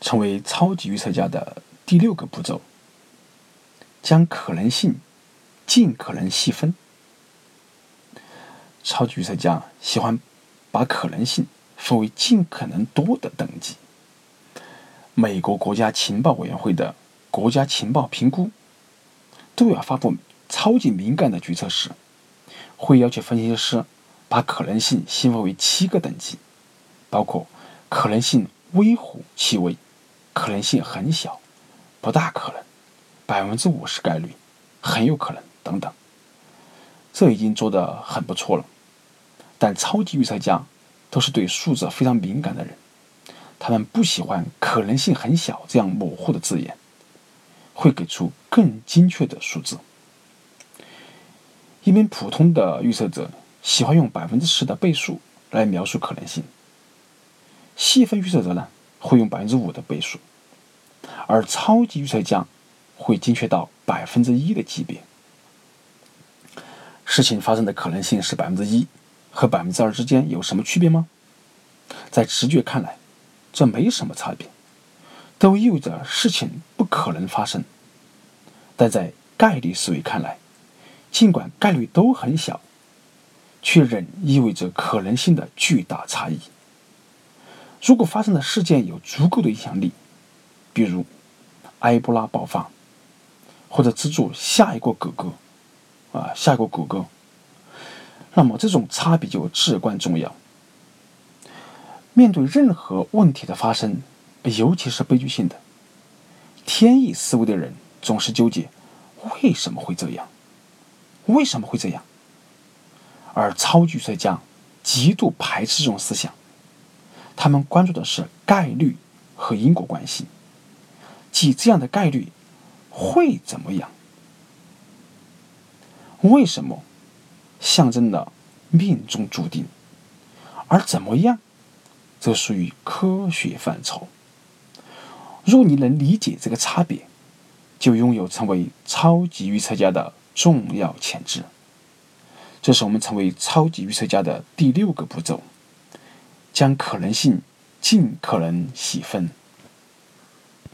成为超级预测家的第6个步骤，将可能性尽可能细分。超级预测家喜欢把可能性分为尽可能多的等级。美国国家情报委员会的国家情报评估都要发布超级敏感的决策时，会要求分析师把可能性细分为7个等级，包括可能性微乎其微、可能性很小、不大可能、50%概率、很有可能等等。这已经做得很不错了，但超级预测家都是对数字非常敏感的人，他们不喜欢可能性很小这样模糊的字眼，会给出更精确的数字。一名普通的预测者喜欢用10%的倍数来描述可能性，细分预测者呢会用5%的倍数，而超级预测家会精确到1%的级别。事情发生的可能性是1%和2%之间有什么区别吗？在直觉看来，这没什么差别，都意味着事情不可能发生。但在概率思维看来，尽管概率都很小，却仍意味着可能性的巨大差异。如果发生的事件有足够的影响力，比如埃博拉爆发，或者资助下一个谷歌，那么这种差别就至关重要。面对任何问题的发生，尤其是悲剧性的，天意思维的人总是纠结为什么会这样，为什么会这样？而超级预测家极度排斥这种思想，他们关注的是概率和因果关系，即这样的概率会怎么样？为什么象征了命中注定，而怎么样则属于科学范畴。若你能理解这个差别，就拥有成为超级预测家的重要潜质。这是我们成为超级预测家的第6个步骤，将可能性尽可能细分。